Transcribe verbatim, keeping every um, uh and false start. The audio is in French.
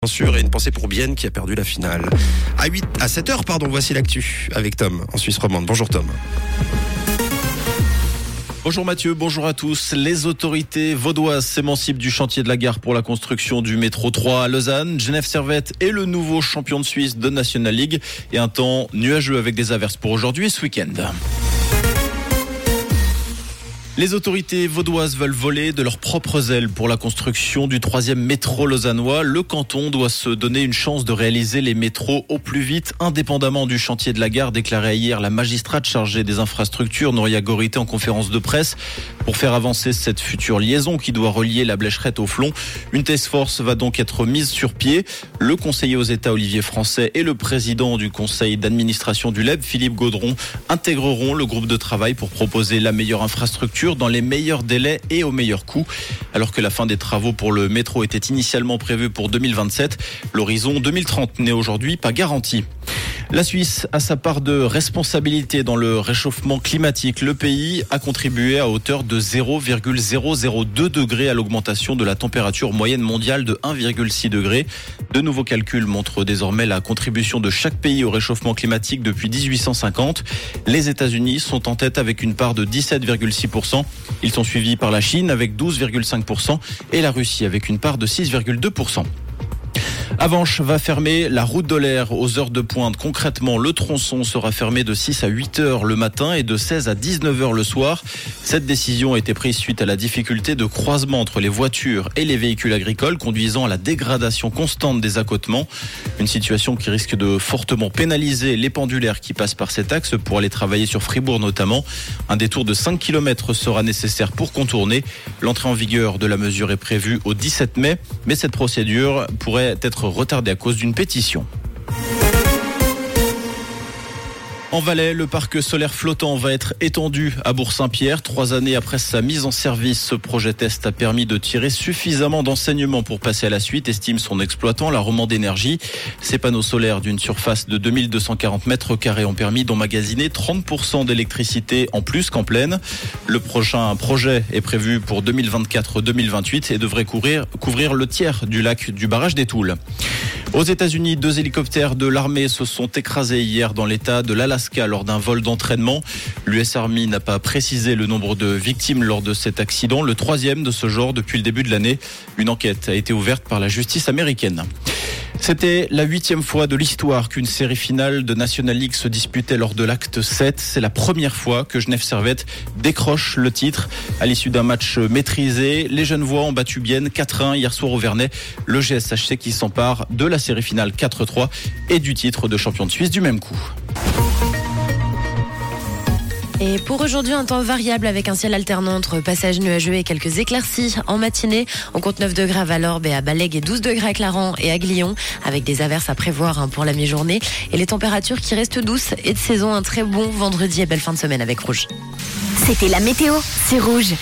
Bien sûr, et une pensée pour Bienne qui a perdu la finale. À huit, à sept heures, pardon, voici l'actu avec Tom en Suisse romande. Bonjour Tom. Bonjour Mathieu, bonjour à tous. Les autorités vaudoises s'émancipent du chantier de la gare pour la construction du métro trois à Lausanne. Genève Servette est le nouveau champion de Suisse de National League et un temps nuageux avec des averses pour aujourd'hui et ce week-end. Les autorités vaudoises veulent voler de leurs propres ailes pour la construction du troisième métro lausannois. Le canton doit se donner une chance de réaliser les métros au plus vite, indépendamment du chantier de la gare, déclarait hier la magistrate chargée des infrastructures, Nouria Gorité, en conférence de presse. Pour faire avancer cette future liaison qui doit relier la Blécherette au Flon, une task force va donc être mise sur pied. Le conseiller aux États, Olivier Français, et le président du conseil d'administration du L E B, Philippe Gaudron, intégreront le groupe de travail pour proposer la meilleure infrastructure dans les meilleurs délais et au meilleur coût. Alors que la fin des travaux pour le métro était initialement prévue pour deux mille vingt-sept, l'horizon deux mille trente n'est aujourd'hui pas garanti. La Suisse a sa part de responsabilité dans le réchauffement climatique. Le pays a contribué à hauteur de zéro virgule zéro zéro deux degrés à l'augmentation de la température moyenne mondiale de un virgule six degrés. De nouveaux calculs montrent désormais la contribution de chaque pays au réchauffement climatique depuis dix-huit cent cinquante. Les États-Unis sont en tête avec une part de dix-sept virgule six pour cent. Ils sont suivis par la Chine avec douze virgule cinq pour cent et la Russie avec une part de six virgule deux pour cent. Avenches va fermer la route d'Ollaire aux heures de pointe. Concrètement, le tronçon sera fermé de six à huit heures le matin et de seize à dix-neuf heures le soir. Cette décision a été prise suite à la difficulté de croisement entre les voitures et les véhicules agricoles, conduisant à la dégradation constante des accotements. Une situation qui risque de fortement pénaliser les pendulaires qui passent par cet axe pour aller travailler sur Fribourg notamment. Un détour de cinq kilomètres sera nécessaire pour contourner. L'entrée en vigueur de la mesure est prévue au dix-sept mai, mais cette procédure pourrait être retardé à cause d'une pétition. En Valais, le parc solaire flottant va être étendu à Bourg-Saint-Pierre. Trois années après sa mise en service, ce projet test a permis de tirer suffisamment d'enseignements pour passer à la suite, estime son exploitant, la Romande Énergie. Ces panneaux solaires d'une surface de deux mille deux cent quarante mètres carrés ont permis d'emmagasiner trente pour cent d'électricité en plus qu'en pleine. Le prochain projet est prévu pour deux mille vingt-quatre deux mille vingt-huit et devrait couvrir, couvrir le tiers du lac du barrage des Toules. Aux États-Unis, deux hélicoptères de l'armée se sont écrasés hier dans l'état de l'Alaska lors d'un vol d'entraînement. L'U S Army n'a pas précisé le nombre de victimes lors de cet accident, le troisième de ce genre depuis le début de l'année. Une enquête a été ouverte par la justice américaine. C'était la huitième fois de l'histoire qu'une série finale de National League se disputait lors de l'acte sept. C'est la première fois que Genève Servette décroche le titre. À l'issue d'un match maîtrisé, les Genevois ont battu Bienne quatre un hier soir au Vernet. Le G S H C qui s'empare de la série finale quatre trois et du titre de champion de Suisse du même coup. Et pour aujourd'hui, un temps variable avec un ciel alternant entre passages nuageux et quelques éclaircies en matinée. On compte neuf degrés à Valorbe et à Ballègue et douze degrés à Clarens et à Glion, avec des averses à prévoir pour la mi-journée. Et les températures qui restent douces et de saison. Un très bon vendredi et belle fin de semaine avec Rouge. C'était la météo, c'est Rouge.